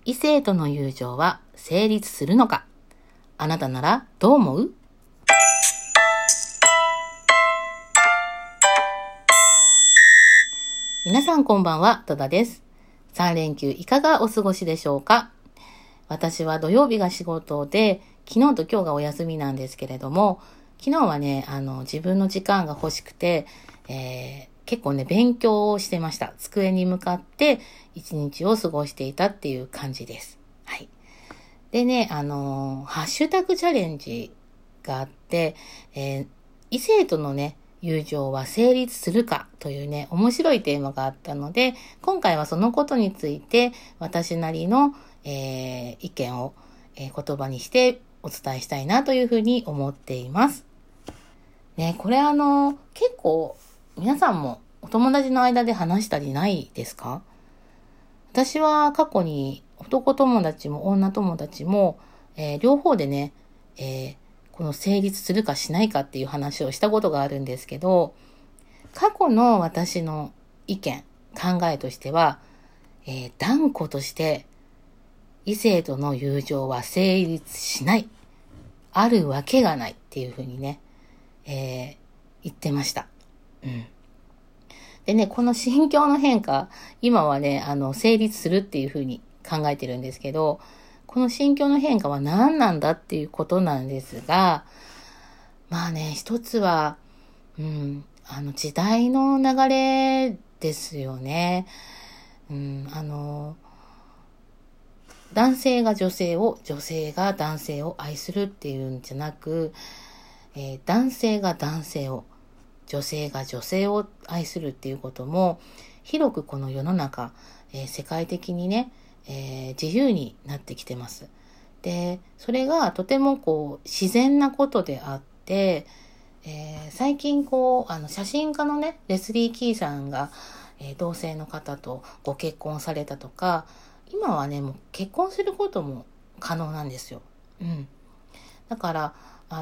異性との友情は成立するのか？あなたならどう思う？皆さんこんばんは、戸田です。3連休いかがお過ごしでしょうか？私は土曜日が仕事で、昨日と今日がお休みなんですけれども、昨日はね、自分の時間が欲しくて、結構ね、勉強をしてました。机に向かって一日を過ごしていたっていう感じです。はい。でね、ハッシュタグチャレンジがあって、異性とのね、友情は成立するかというね、面白いテーマがあったので、今回はそのことについて私なりの、意見を、言葉にしてお伝えしたいなというふうに思っています。ね、これ結構皆さんもお友達の間で話したりないですか？私は過去に男友達も女友達も、両方でね、この成立するかしないかっていう話をしたことがあるんですけど、過去の私の意見、考えとしては、断固として異性との友情は成立しない。あるわけがないっていうふうにね、言ってました。うん。でね、この心境の変化、今はね、成立するっていうふうに考えてるんですけど、この心境の変化は何なんだっていうことなんですが、まあね、一つは、時代の流れですよね。男性が女性を、女性が男性を愛するっていうんじゃなく、男性が男性を、女性が女性を愛するっていうことも広くこの世の中、世界的にね、自由になってきてます。で、それがとても自然なことであって、最近写真家のねレスリー・キーさんが、同性の方とご結婚されたとか、今はねもう結婚することも可能なんですよ。だから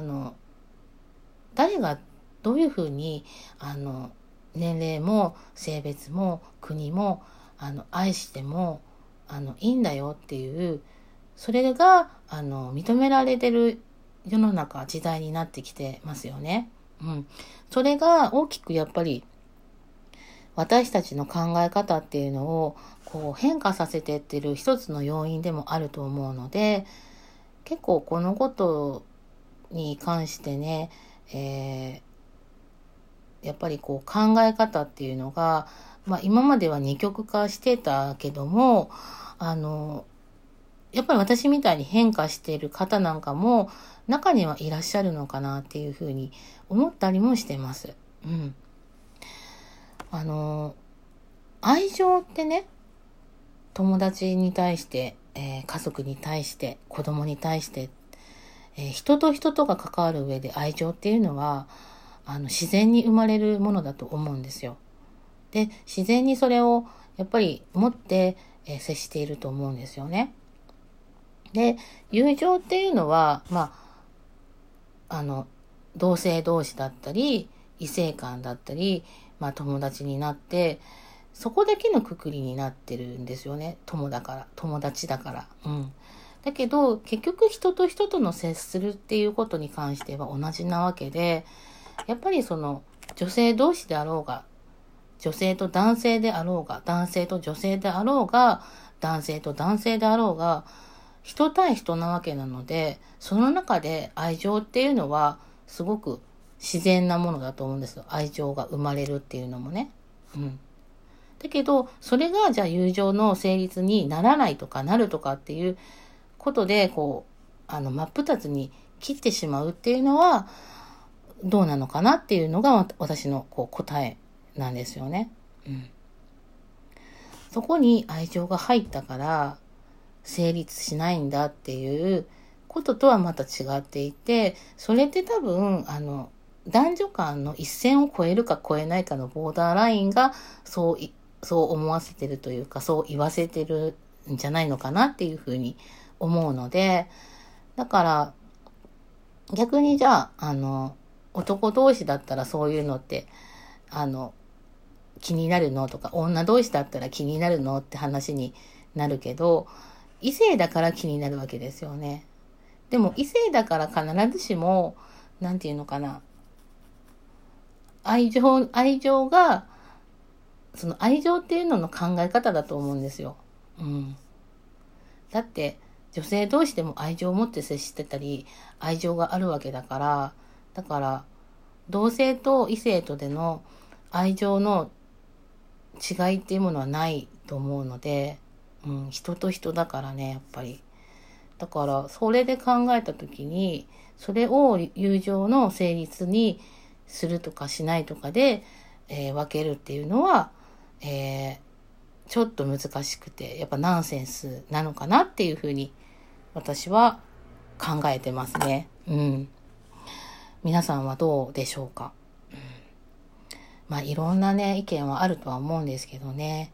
誰がどういうふうに年齢も性別も国も愛してもいいんだよっていう、それが認められてる世の中、時代になってきてますよね。それが大きくやっぱり私たちの考え方っていうのを変化させてってる一つの要因でもあると思うので、結構このことに関してね、やっぱり考え方っていうのが、今までは二極化してたけども、やっぱり私みたいに変化している方なんかも中にはいらっしゃるのかなっていうふうに思ったりもしてます。愛情ってね、友達に対して、家族に対して、子供に対して、人と人とが関わる上で愛情っていうのは自然に生まれるものだと思うんですよ。で、自然にそれをやっぱり持って、接していると思うんですよね。で、友情っていうのは同性同士だったり異性間だったり、友達になって、そこだけのくくりになってるんですよね。友達だから。だけど結局人と人との接するっていうことに関しては同じなわけで、やっぱりその女性同士であろうが、女性と男性であろうが、男性と女性であろうが、男性と男性であろうが、人対人なわけなので、その中で愛情っていうのはすごく自然なものだと思うんですよ。愛情が生まれるっていうのもね。だけどそれがじゃあ友情の成立にならないとかなるとかっていうことで真っ二つに切ってしまうっていうのはどうなのかなっていうのが私の答えなんですよね。そこに愛情が入ったから成立しないんだっていうこととはまた違っていて、それって多分男女間の一線を越えるか越えないかのボーダーラインがそう思わせてるというか、そう言わせてるんじゃないのかなっていうふうに思うので、だから逆にじゃあ男同士だったらそういうのって気になるのとか、女同士だったら気になるのって話になるけど、 異性だから気になるわけですよね。でも異性だから必ずしも、なんていうのかな、愛情が、その愛情っていうのの考え方だと思うんですよ。うん。だって、女性同士でも愛情を持って接してたり、愛情があるわけだから、だから、同性と異性とでの愛情の違いっていうものはないと思うので、人と人だからね、やっぱり。だから、それで考えたときに、それを友情の成立にするとかしないとかで、分けるっていうのは、ちょっと難しくて、やっぱナンセンスなのかなっていうふうに、私は考えてますね。皆さんはどうでしょうか。まあ、いろんなね、意見はあるとは思うんですけどね。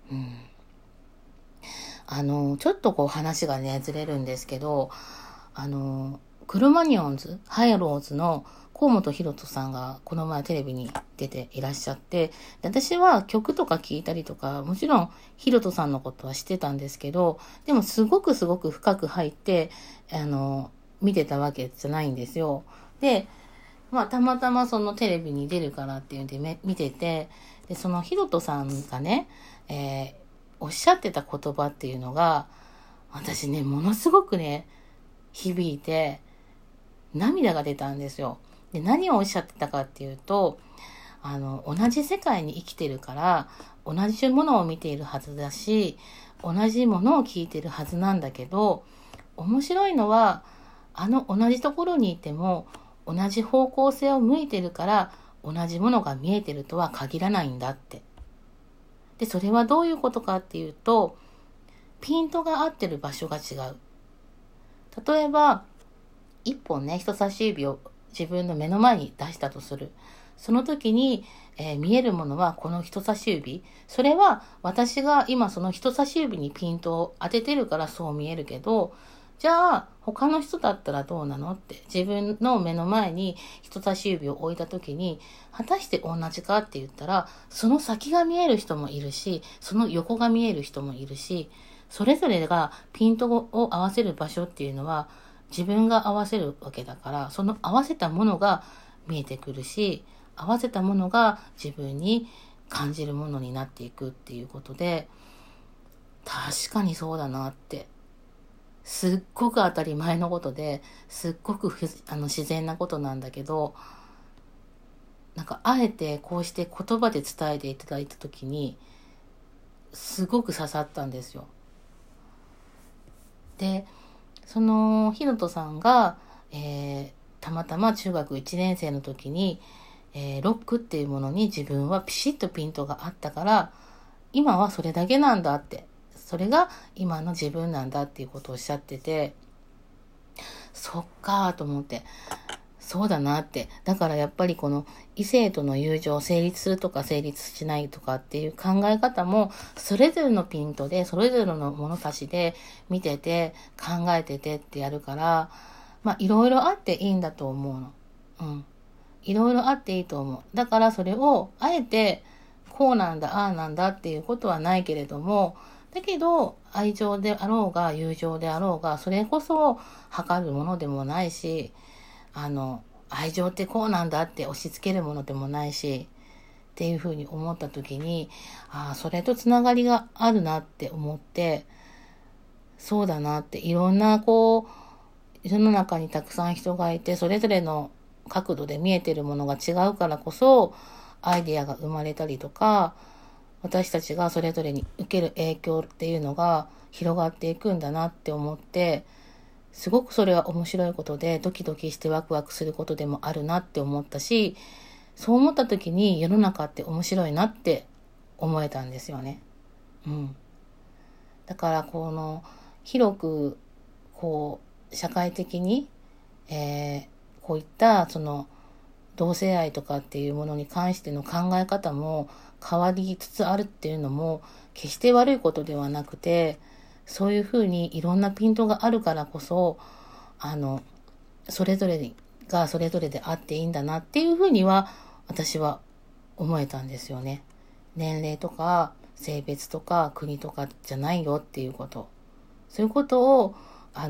ちょっと話がね、ずれるんですけど、クロマニオンズ、ハイローズの河本大翔さんがこの前テレビに出ていらっしゃって、私は曲とか聴いたりとか、もちろん大翔さんのことは知ってたんですけど、でもすごく深く入って、見てたわけじゃないんですよ。で、たまたまそのテレビに出るからっていうんで見てて、で、その大翔さんがね、おっしゃってた言葉っていうのが、私ね、ものすごくね、響いて、涙が出たんですよ。で、何をおっしゃってたかっていうと、同じ世界に生きてるから、同じものを見ているはずだし、同じものを聞いてるはずなんだけど、面白いのは、同じところにいても、同じ方向性を向いてるから、同じものが見えてるとは限らないんだって。で、それはどういうことかっていうと、ピントが合ってる場所が違う。例えば、一本ね、人差し指を自分の目の前に出したとする。その時に、見えるものはこの人差し指。それは私が今その人差し指にピントを当ててるからそう見えるけど、じゃあ他の人だったらどうなのって、自分の目の前に人差し指を置いた時に果たして同じかって言ったら、その先が見える人もいるし、その横が見える人もいるし、それぞれがピントを合わせる場所っていうのは自分が合わせるわけだから、その合わせたものが見えてくるし、合わせたものが自分に感じるものになっていくっていうことで、確かにそうだなって、すっごく当たり前のことで、すっごく自然なことなんだけど、なんかあえてこうして言葉で伝えていただいたときに、すごく刺さったんですよ。で、その大翔さんが、たまたま中学1年生の時に、ロックっていうものに自分はピシッとピントがあったから、今はそれだけなんだって、それが今の自分なんだっていうことをおっしゃってて、そっかーと思って、そうだなって。だからやっぱりこの異性との友情成立するとか成立しないとかっていう考え方も、それぞれのピントでそれぞれの物差しで見てて考えててってやるから、いろいろあっていいんだと思うの。いろいろあっていいと思う。だからそれをあえてこうなんだああなんだっていうことはないけれども、だけど愛情であろうが友情であろうが、それこそ測るものでもないし、愛情ってこうなんだって押し付けるものでもないし、っていうふうに思った時に、それとつながりがあるなって思って、そうだなって、いろんな世の中にたくさん人がいて、それぞれの角度で見えてるものが違うからこそ、アイデアが生まれたりとか、私たちがそれぞれに受ける影響っていうのが広がっていくんだなって思って、すごくそれは面白いことで、ドキドキしてワクワクすることでもあるなって思ったし、そう思った時に世の中って面白いなって思えたんですよね。だから広く社会的に、こういった同性愛とかっていうものに関しての考え方も変わりつつあるっていうのも決して悪いことではなくて、そういうふうにいろんなピントがあるからこそ、それぞれがそれぞれであっていいんだなっていうふうには私は思えたんですよね。年齢とか性別とか国とかじゃないよっていうこと。 そういうことを、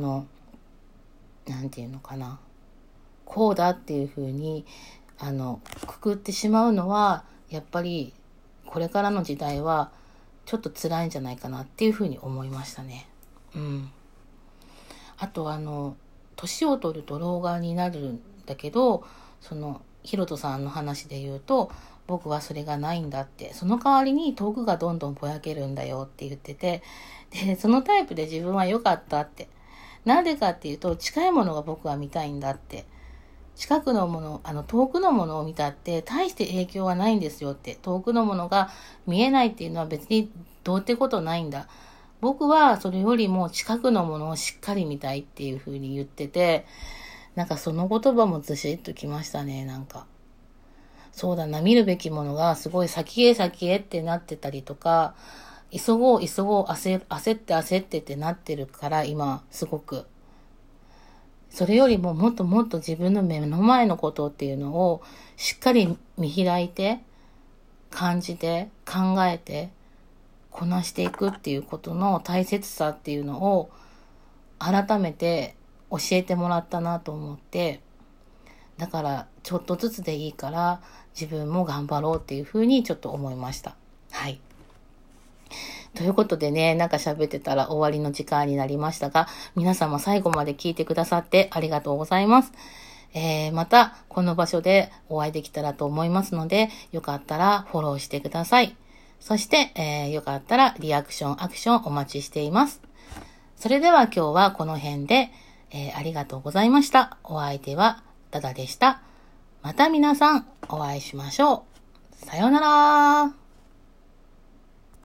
なんていうのかな。こうだっていうふうに、くくってしまうのは、やっぱり、これからの時代は、ちょっと辛いんじゃないかなっていうふうに思いましたね。うん。あと年を取ると老眼になるんだけど、ヒロトさんの話で言うと、僕はそれがないんだって、その代わりに遠くがどんどんぼやけるんだよって言ってて、で、そのタイプで自分は良かったって。なんでかっていうと、近いものが僕は見たいんだって。近くのもの、遠くのものを見たって大して影響はないんですよって。遠くのものが見えないっていうのは別にどうってことないんだ。僕はそれよりも近くのものをしっかり見たいっていう風に言ってて、なんかその言葉もずしっときましたね、なんか。そうだな、見るべきものがすごい先へ先へってなってたりとか、急ごう、焦ってってなってるから、今、すごく。それよりももっともっと自分の目の前のことっていうのをしっかり見開いて、感じて、考えて、こなしていくっていうことの大切さっていうのを改めて教えてもらったなと思って、だからちょっとずつでいいから自分も頑張ろうっていうふうにちょっと思いました。はい。ということでね、なんか喋ってたら終わりの時間になりましたが、皆様最後まで聞いてくださってありがとうございます。またこの場所でお会いできたらと思いますので、よかったらフォローしてください。そして、よかったらリアクション、アクションお待ちしています。それでは今日はこの辺で、ありがとうございました。お相手はダダでした。また皆さんお会いしましょう。さようなら。